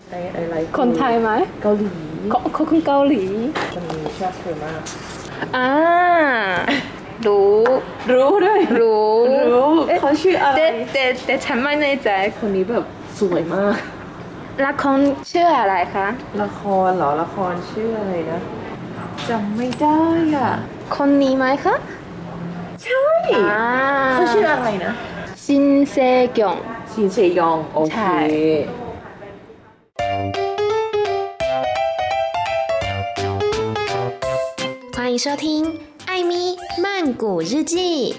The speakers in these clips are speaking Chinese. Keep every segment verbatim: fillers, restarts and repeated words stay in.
ในอะไรคนไทยไหมเกาหลีคนคนเกาหลีคนนี้ชอบเธอมากอ่ารู้รู้ด้วยรู้รู้เขาชื่ออะไรแต่แต่แต่ฉันไม่แน่ใจคนนี้แบบสวยมากละครชื่ออะไรคะละครเหรอละครชื่ออะไรนะจำไม่ได้อ่ะคนนี้ไหมคะใช่อ่าเขาชื่ออะไรนะชินเซกยงชินเซยองโอใช่เค欢迎收听《艾咪曼谷日记》。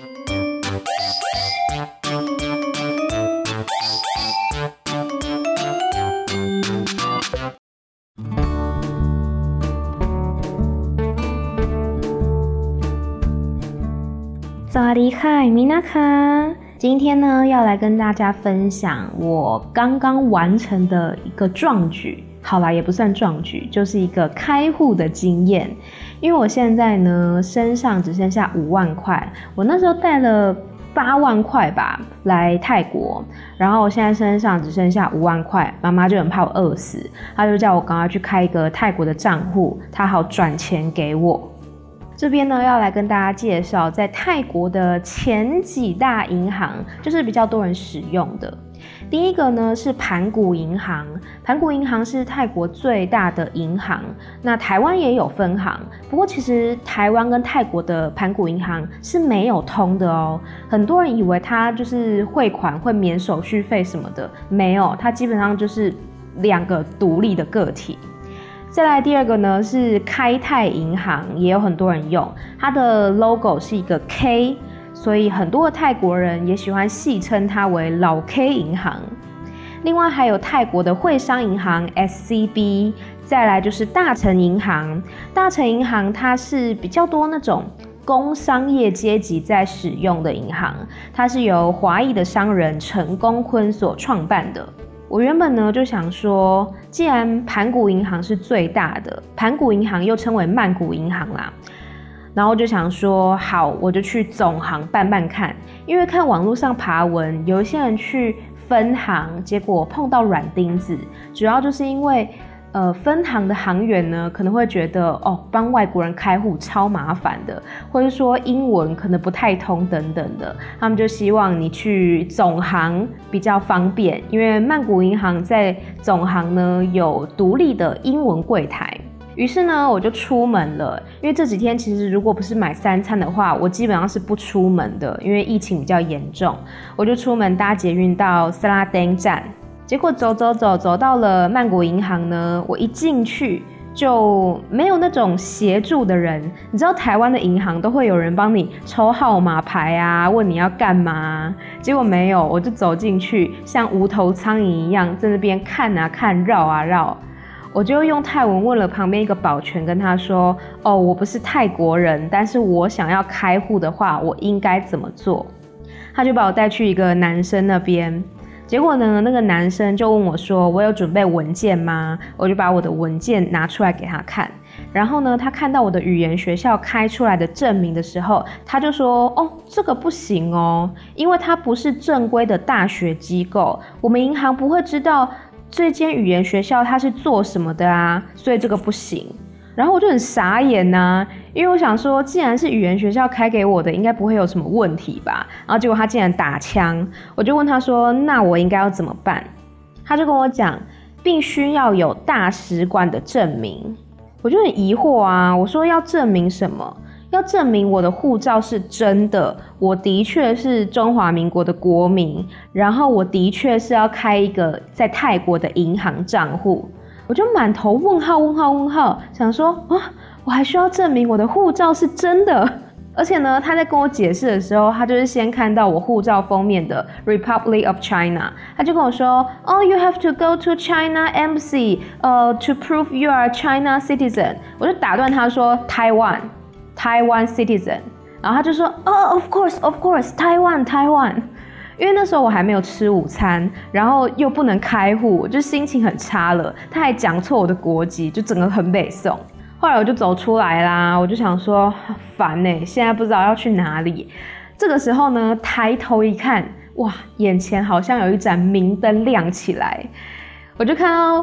สวัสดีค่ะ米娜卡。今天呢，要来跟大家分享我刚刚完成的一个壮举。好啦，也不算壮举，就是一个开户的经验。因为我现在呢，身上只剩下五万块，我那时候带了八万块吧来泰国，然后我现在身上只剩下五万块，妈妈就很怕我饿死，她就叫我赶快去开一个泰国的账户，她好转钱给我。这边呢，要来跟大家介绍在泰国的前几大银行，就是比较多人使用的。第一个呢是盘谷银行，盘谷银行是泰国最大的银行，那台湾也有分行，不过其实台湾跟泰国的盘谷银行是没有通的哦。很多人以为它就是汇款会免手续费什么的，没有，它基本上就是两个独立的个体。再来第二个呢是开泰银行，也有很多人用，它的 logo 是一个 K， 所以很多的泰国人也喜欢戏称它为老 K 银行。另外还有泰国的汇商银行 S C B， 再来就是大成银行。大成银行它是比较多那种工商业阶级在使用的银行，它是由华裔的商人陈公坤所创办的。我原本呢就想说，既然盘谷银行是最大的，盘谷银行又称为曼谷银行啦，然后就想说好，我就去总行办办看。因为看网络上爬文，有一些人去分行，结果碰到软钉子，主要就是因为呃，分行的行员呢，可能会觉得哦，帮外国人开户超麻烦的，或者说英文可能不太通等等的，他们就希望你去总行比较方便，因为曼谷银行在总行呢有独立的英文柜台。于是呢，我就出门了，因为这几天其实如果不是买三餐的话，我基本上是不出门的，因为疫情比较严重，我就出门搭捷运到斯拉登站。结果走走走走到了曼谷银行呢，我一进去就没有那种协助的人。你知道台湾的银行都会有人帮你抽号码牌啊，问你要干嘛，结果没有，我就走进去像无头苍蝇一样在那边看啊看，绕啊绕。我就用泰文问了旁边一个保全，跟他说哦，我不是泰国人，但是我想要开户的话我应该怎么做。他就把我带去一个男生那边，结果呢，那个男生就问我说我有准备文件吗？我就把我的文件拿出来给他看，然后呢，他看到我的语言学校开出来的证明的时候，他就说哦，这个不行哦，因为它不是正规的大学机构，我们银行不会知道这间语言学校它是做什么的啊，所以这个不行。然后我就很傻眼啊，因为我想说既然是语言学校开给我的，应该不会有什么问题吧，然后结果他竟然打枪。我就问他说那我应该要怎么办？他就跟我讲必须要有大使馆的证明。我就很疑惑啊，我说要证明什么？要证明我的护照是真的，我的确是中华民国的国民，然后我的确是要开一个在泰国的银行账户。我就满头问号问号问号，想说啊，我还需要证明我的护照是真的。而且呢，他在跟我解释的时候，他就是先看到我护照封面的 Republic of China， 他就跟我说哦 you have to go to China Embassy uh, to prove you are a China citizen。 我就打断他说 Taiwan Taiwan citizen， 然后他就说哦 of course of course Taiwan Taiwan。因为那时候我还没有吃午餐，然后又不能开户，就心情很差了。他还讲错我的国籍，就整个很北宋。后来我就走出来啦，我就想说烦欸，现在不知道要去哪里。这个时候呢，抬头一看，哇，眼前好像有一盏明灯亮起来。我就看到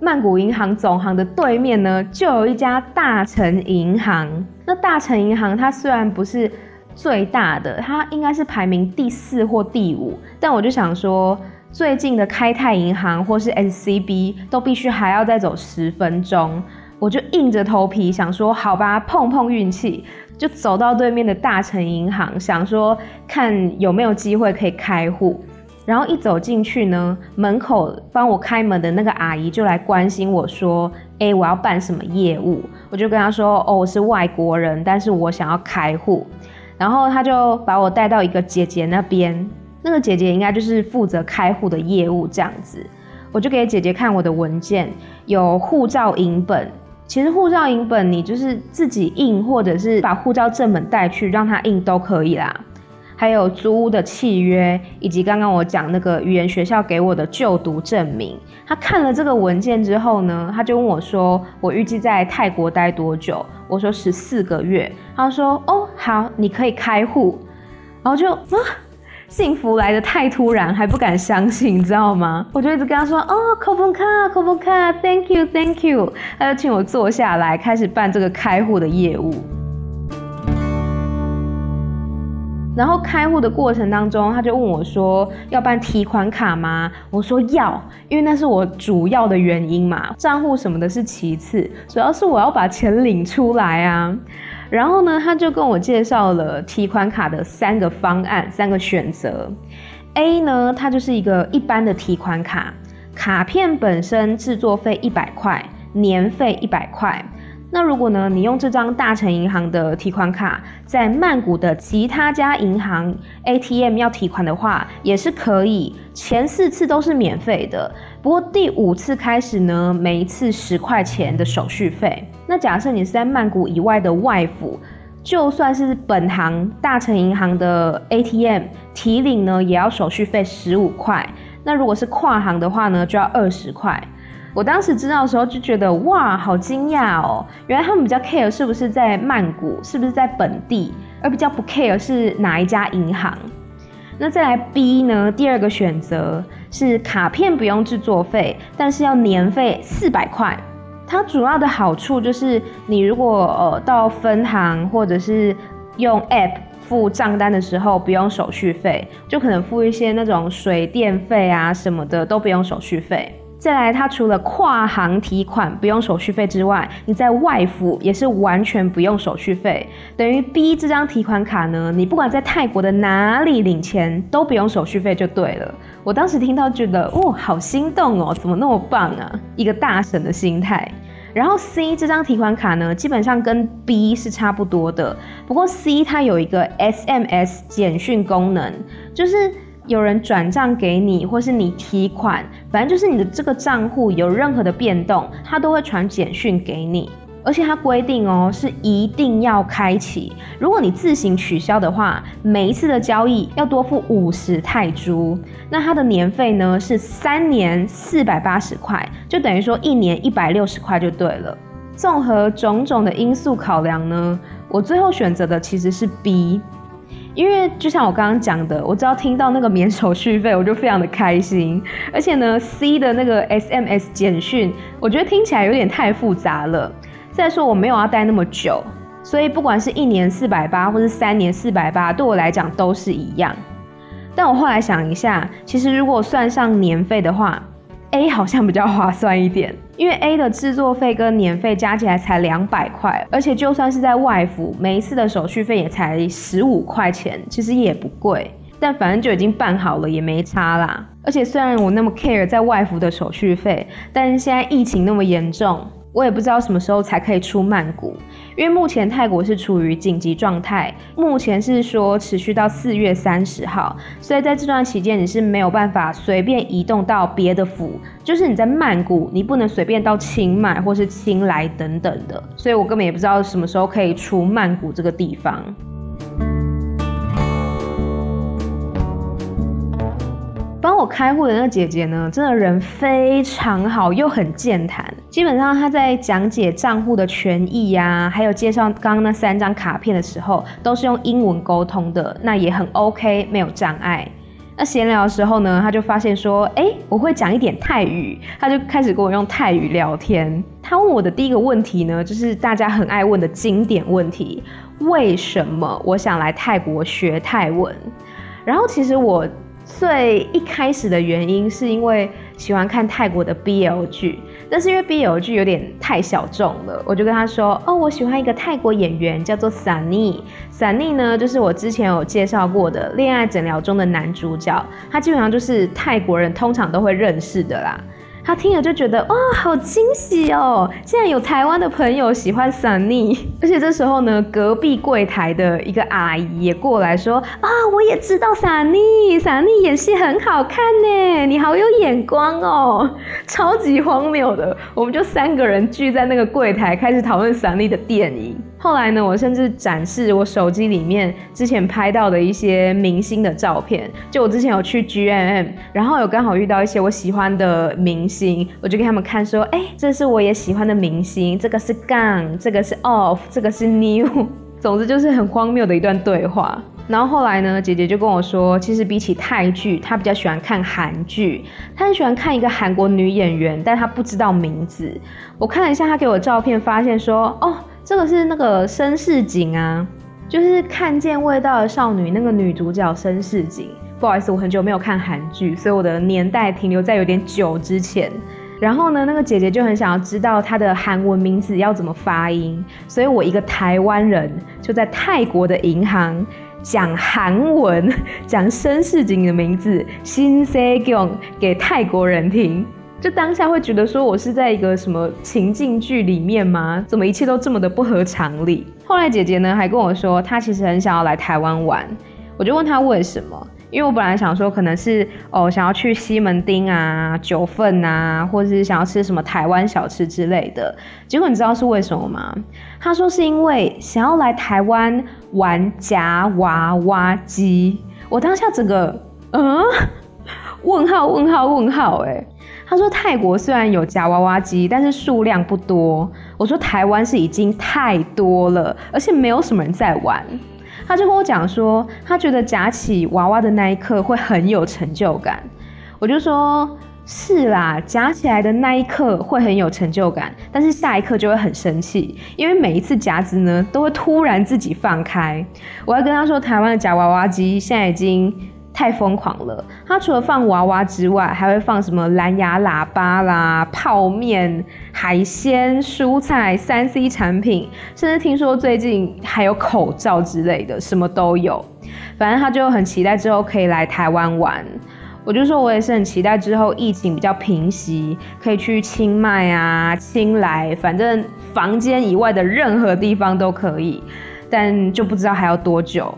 曼谷银行总行的对面呢，就有一家大成银行。那大成银行它虽然不是最大的，它应该是排名第四或第五，但我就想说，最近的开泰银行或是 S C B 都必须还要再走十分钟，我就硬着头皮想说，好吧，碰碰运气，就走到对面的大成银行，想说看有没有机会可以开户。然后一走进去呢，门口帮我开门的那个阿姨就来关心我说，哎，我要办什么业务？我就跟她说，哦，我是外国人，但是我想要开户。然后她就把我带到一个姐姐那边，那个姐姐应该就是负责开户的业务这样子。我就给姐姐看我的文件，有护照影本。其实护照影本你就是自己印，或者是把护照正本带去让她印都可以啦。还有租屋的契约，以及刚刚我讲那个语言学校给我的就读证明。他看了这个文件之后呢，他就问我说，我预计在泰国待多久？我说十四个月。他说，哦，好，你可以开户。然后就啊，幸福来得太突然，还不敢相信，你知道吗？我就一直跟他说，哦 k o p u n k a k o p u n k a thank you thank you。他就请我坐下来，开始办这个开户的业务。然后开户的过程当中，他就问我说，要办提款卡吗？我说要，因为那是我主要的原因嘛，账户什么的是其次，主要是我要把钱领出来啊。然后呢，他就跟我介绍了提款卡的三个方案，三个选择。A 呢，它就是一个一般的提款卡，卡片本身制作费一百块，年费一百块。那如果呢，你用这张大成银行的提款卡，在曼谷的其他家银行 A T M 要提款的话，也是可以。前四次都是免费的，不过第五次开始呢，每一次十块钱的手续费。那假设你是在曼谷以外的外府，就算是本行大成银行的 A T M 提领呢，也要手续费十五块。那如果是跨行的话呢，就要二十块。我当时知道的时候就觉得哇，好惊讶哦！原来他们比较 care 是不是在曼谷，是不是在本地，而比较不 care 是哪一家银行。那再来 B 呢？第二个选择是卡片不用制作费，但是要年费四百块。它主要的好处就是你如果呃到分行或者是用 App 付账单的时候不用手续费，就可能付一些那种水电费啊什么的都不用手续费。再来，它除了跨行提款不用手续费之外，你在外府也是完全不用手续费。等于 B 这张提款卡呢，你不管在泰国的哪里领钱都不用手续费就对了。我当时听到觉得，哦，好心动哦，怎么那么棒啊？一个大神的心态。然后 C 这张提款卡呢，基本上跟 B 是差不多的，不过 C 它有一个 S M S 简讯功能，就是有人转账给你，或是你提款，反正就是你的这个账户有任何的变动，它都会传简讯给你。而且它规定哦，是一定要开启。如果你自行取消的话，每一次的交易要多付五十泰铢。那它的年费呢是三年四百八十块，就等于说一年一百六十块就对了。综合种种的因素考量呢，我最后选择的其实是 B。因为就像我刚刚讲的，我只要听到那个免手续费，我就非常的开心。而且呢 ，C 的那个 S M S 简讯，我觉得听起来有点太复杂了。再说我没有要待那么久，所以不管是一年四百八或是三年四百八，对我来讲都是一样。但我后来想一下，其实如果算上年费的话 ，A 好像比较划算一点，因为 A 的制作费跟年费加起来才两百块，而且就算是在外府，每一次的手续费也才十五块钱，其实也不贵。但反正就已经办好了，也没差啦。而且虽然我那么 care 在外府的手续费，但是现在疫情那么严重，我也不知道什么时候才可以出曼谷，因为目前泰国是处于紧急状态，目前是说持续到四月三十号，所以在这段期间你是没有办法随便移动到别的府，就是你在曼谷你不能随便到清迈或是清莱等等的，所以我根本也不知道什么时候可以出曼谷这个地方。帮我开户的那个姐姐呢，真的人非常好，又很健谈。基本上她在讲解账户的权益啊，还有介绍刚刚那三张卡片的时候，都是用英文沟通的，那也很 OK， 没有障碍。 那闲聊的时候呢，他就发现说，哎、欸，我会讲一点泰语，他就开始跟我用泰语聊天。他问我的第一个问题呢，就是大家很爱问的经典问题：为什么我想来泰国学泰文？然后其实我最一开始的原因是因为喜欢看泰国的 B L 剧，但是因为 B L 剧有点太小众了，我就跟他说，哦，我喜欢一个泰国演员叫做 Sunny。Sunny 呢，就是我之前有介绍过的《恋爱诊疗》中的男主角，他基本上就是泰国人通常都会认识的啦。他听了就觉得哇，好惊喜哦！竟然有台湾的朋友喜欢 Sunny， 而且这时候呢，隔壁柜台的一个阿姨也过来说啊，我也知道 Sunny，Sunny 演戏很好看呢，你好有眼光哦，超级荒谬的。我们就三个人聚在那个柜台开始讨论 Sunny 的电影。后来呢，我甚至展示我手机里面之前拍到的一些明星的照片，就我之前有去 G M M， 然后有刚好遇到一些我喜欢的明星，我就给他们看说，哎、欸，这是我也喜欢的明星，这个是 Gang， 这个是 Off， 这个是 New， 总之就是很荒谬的一段对话。然后后来呢，姐姐就跟我说，其实比起泰剧，她比较喜欢看韩剧。她很喜欢看一个韩国女演员，但她不知道名字。我看了一下她给我的照片，发现说，哦，这个是那个申世景啊，就是看见味道的少女那个女主角申世景。不好意思，我很久没有看韩剧，所以我的年代停留在有点久之前。然后呢，那个姐姐就很想要知道她的韩文名字要怎么发音，所以我一个台湾人就在泰国的银行讲韩文，讲申世景的名字신세경给泰国人听。就当下会觉得说我是在一个什么情境剧里面吗？怎么一切都这么的不合常理？后来姐姐呢还跟我说，她其实很想要来台湾玩，我就问她为什么。因为我本来想说可能是哦想要去西门町啊、九份啊，或者是想要吃什么台湾小吃之类的。结果你知道是为什么吗？他说是因为想要来台湾玩夹娃娃机。我当下整个嗯问号问号问号哎、欸。他说泰国虽然有夹娃娃机，但是数量不多。我说台湾是已经太多了，而且没有什么人在玩。他就跟我讲说，他觉得夹起娃娃的那一刻会很有成就感。我就说，是啦，夹起来的那一刻会很有成就感，但是下一刻就会很生气，因为每一次夹子呢都会突然自己放开。我还跟他说，台湾的夹娃娃机现在已经太疯狂了，它除了放娃娃之外，还会放什么蓝牙喇叭啦、泡面、海鲜、蔬菜、三 C 产品，甚至听说最近还有口罩之类的，什么都有。反正他就很期待之后可以来台湾玩。我就说我也是很期待之后疫情比较平息，可以去清迈啊、清莱，反正房间以外的任何地方都可以，但就不知道还要多久。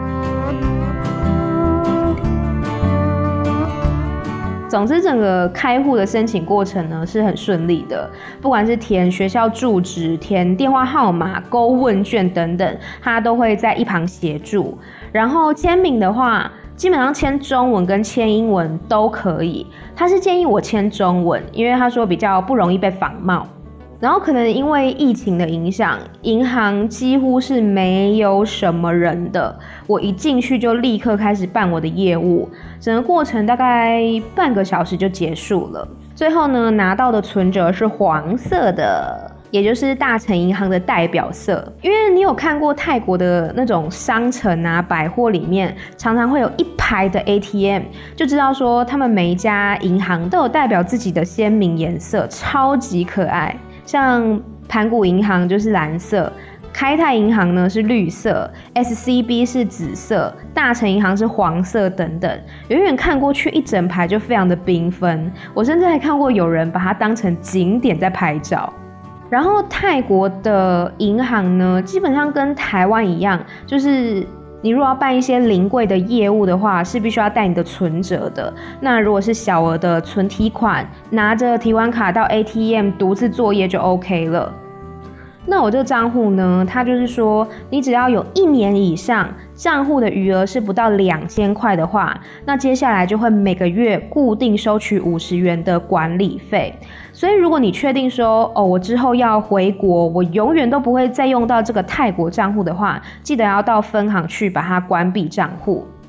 总之，整个开户的申请过程呢是很顺利的，不管是填学校住址、填电话号码、勾问卷等等，他都会在一旁协助。然后签名的话，基本上签中文跟签英文都可以。他是建议我签中文，因为他说比较不容易被仿冒。然后可能因为疫情的影响，银行几乎是没有什么人的。我一进去就立刻开始办我的业务，整个过程大概半个小时就结束了。最后呢，拿到的存折是黄色的，也就是大成银行的代表色。因为你有看过泰国的那种商城啊、百货里面，常常会有一排的 A T M， 就知道说他们每一家银行都有代表自己的鲜明颜色，超级可爱。像盘谷银行就是蓝色，开泰银行呢是绿色 ，S C B 是紫色，大成银行是黄色等等。远远看过去一整排就非常的缤纷，我甚至还看过有人把它当成景点在拍照。然后泰国的银行呢，基本上跟台湾一样，就是你如果要办一些临柜的业务的话，是必须要带你的存折的。那如果是小额的存提款，拿着提款卡到 A T M 独自作业就 OK 了。那我这个账户呢，它就是说，你只要有一年以上，账户的余额是不到两千块的话，那接下来就会每个月固定收取五十元的管理费。所以如果你确定说，哦，我之后要回国，我永远都不会再用到这个泰国账户的话，记得要到分行去把它关闭账户。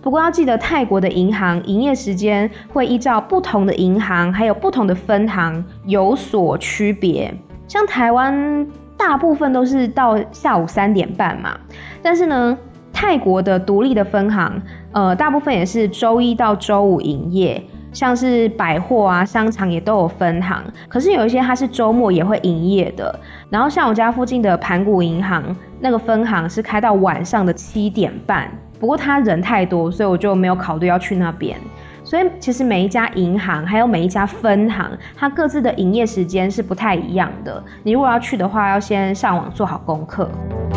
不过要记得，泰国的银行营业时间会依照不同的银行还有不同的分行有所区别。像台湾大部分都是到下午三点半嘛，但是呢，泰国的独立的分行，呃，大部分也是周一到周五营业。像是百货啊、商场也都有分行，可是有一些它是周末也会营业的。然后像我家附近的盘谷银行，那个分行是开到晚上的七点半，不过它人太多，所以我就没有考虑要去那边。所以其实每一家银行还有每一家分行，它各自的营业时间是不太一样的。你如果要去的话，要先上网做好功课。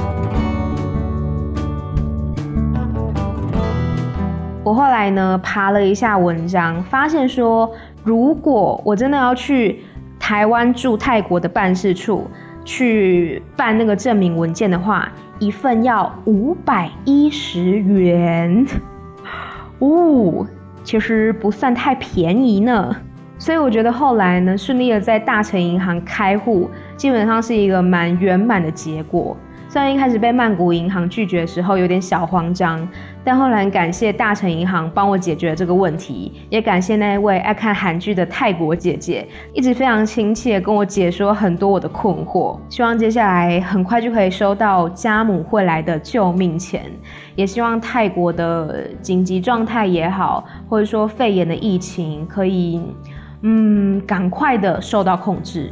我后来呢爬了一下文章，发现说，如果我真的要去台湾驻泰国的办事处去办那个证明文件的话，一份要五百一十元，哦，其实不算太便宜呢。所以我觉得后来呢，顺利的在大成银行开户，基本上是一个蛮圆满的结果。虽然一开始被曼谷银行拒绝的时候有点小慌张，但后来感谢大成银行帮我解决了这个问题，也感谢那位爱看韩剧的泰国姐姐，一直非常亲切跟我解说很多我的困惑。希望接下来很快就可以收到家母汇来的救命钱，也希望泰国的紧急状态也好，或者说肺炎的疫情可以，嗯，赶快的受到控制。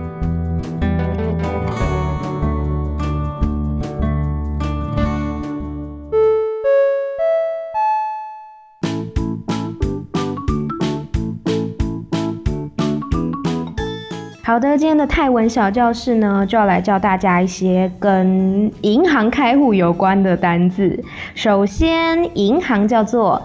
好的，今天的泰文小教室呢，就要来教大家一些跟银行开户有关的单字。首先，银行叫做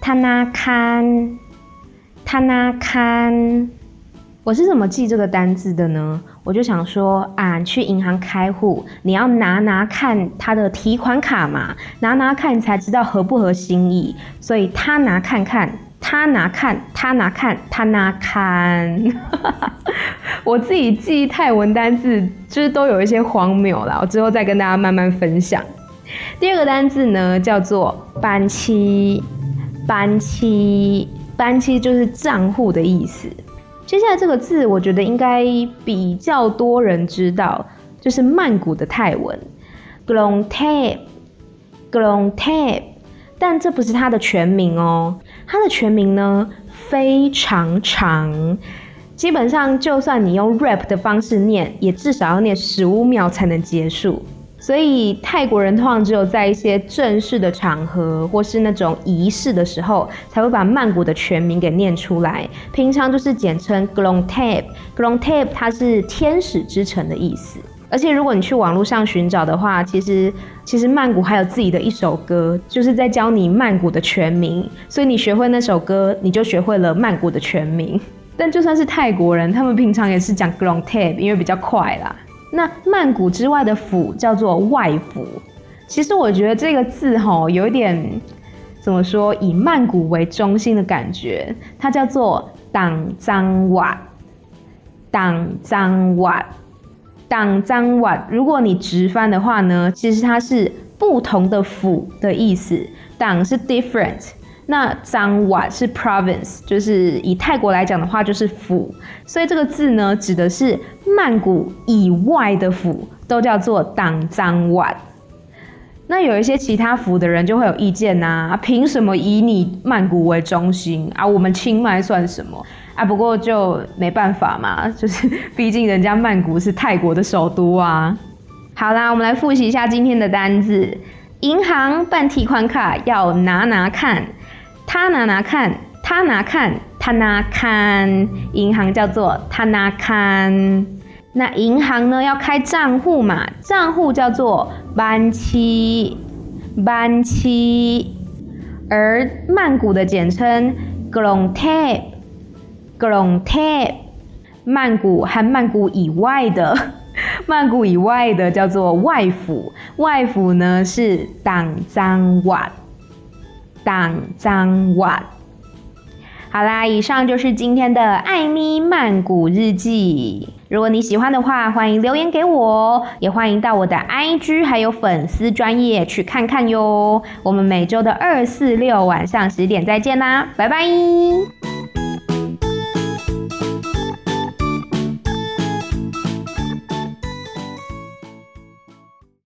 타나칸，타나칸。我是怎么记这个单字的呢？我就想说啊，去银行开户，你要拿拿看他的提款卡嘛，拿拿看才知道合不合心意，所以他拿看看。他拿看，他拿看，他拿看。我自己记泰文单字，就是都有一些荒谬啦，我之后再跟大家慢慢分享。第二个单字呢，叫做班期，班期，班期就是账户的意思。接下来这个字，我觉得应该比较多人知道，就是曼谷的泰文 ，Glongtape，Glongtape， 但这不是它的全名哦。它的全名呢非常长，基本上就算你用 rap 的方式念，也至少要念十五秒才能结束。所以泰国人通常只有在一些正式的场合或是那种仪式的时候，才会把曼谷的全名给念出来。平常就是简称 Glongtape，Glongtape 它是天使之城的意思。而且如果你去网络上寻找的话，其实其实曼谷还有自己的一首歌，就是在教你曼谷的全名，所以你学会那首歌，你就学会了曼谷的全名。但就算是泰国人，他们平常也是讲 Glongtape， 因为比较快啦。那曼谷之外的府叫做外府，其实我觉得这个字齁有一点怎么说，以曼谷为中心的感觉，它叫做党张瓦，党张瓦。党张瓦，如果你直翻的话呢，其实它是不同的府的意思。党是 different， 那张瓦是 province， 就是以泰国来讲的话就是府，所以这个字呢指的是曼谷以外的府都叫做党张瓦。那有一些其他府的人就会有意见呐、啊，凭什么以你曼谷为中心啊？我们清迈算什么啊？不过就没办法嘛，就是毕竟人家曼谷是泰国的首都啊。好啦，我们来复习一下今天的单字。银行办提款卡要拿拿看，他拿拿看，他拿看，他拿看，银行叫做他拿看。那银行呢要开账户嘛，账户叫做班期，班期。而曼谷的简称 Glongtape，Glongtape。曼谷和曼谷以外的，曼谷以外的叫做外府，外府呢是党张瓦，党张瓦。好啦，以上就是今天的艾咪曼谷日记。 如果你喜欢的话，欢迎留言给我，也欢迎到我的 I G 还有粉丝专页去看看哟。我们每周的二四六晚上十点再见啦，拜拜。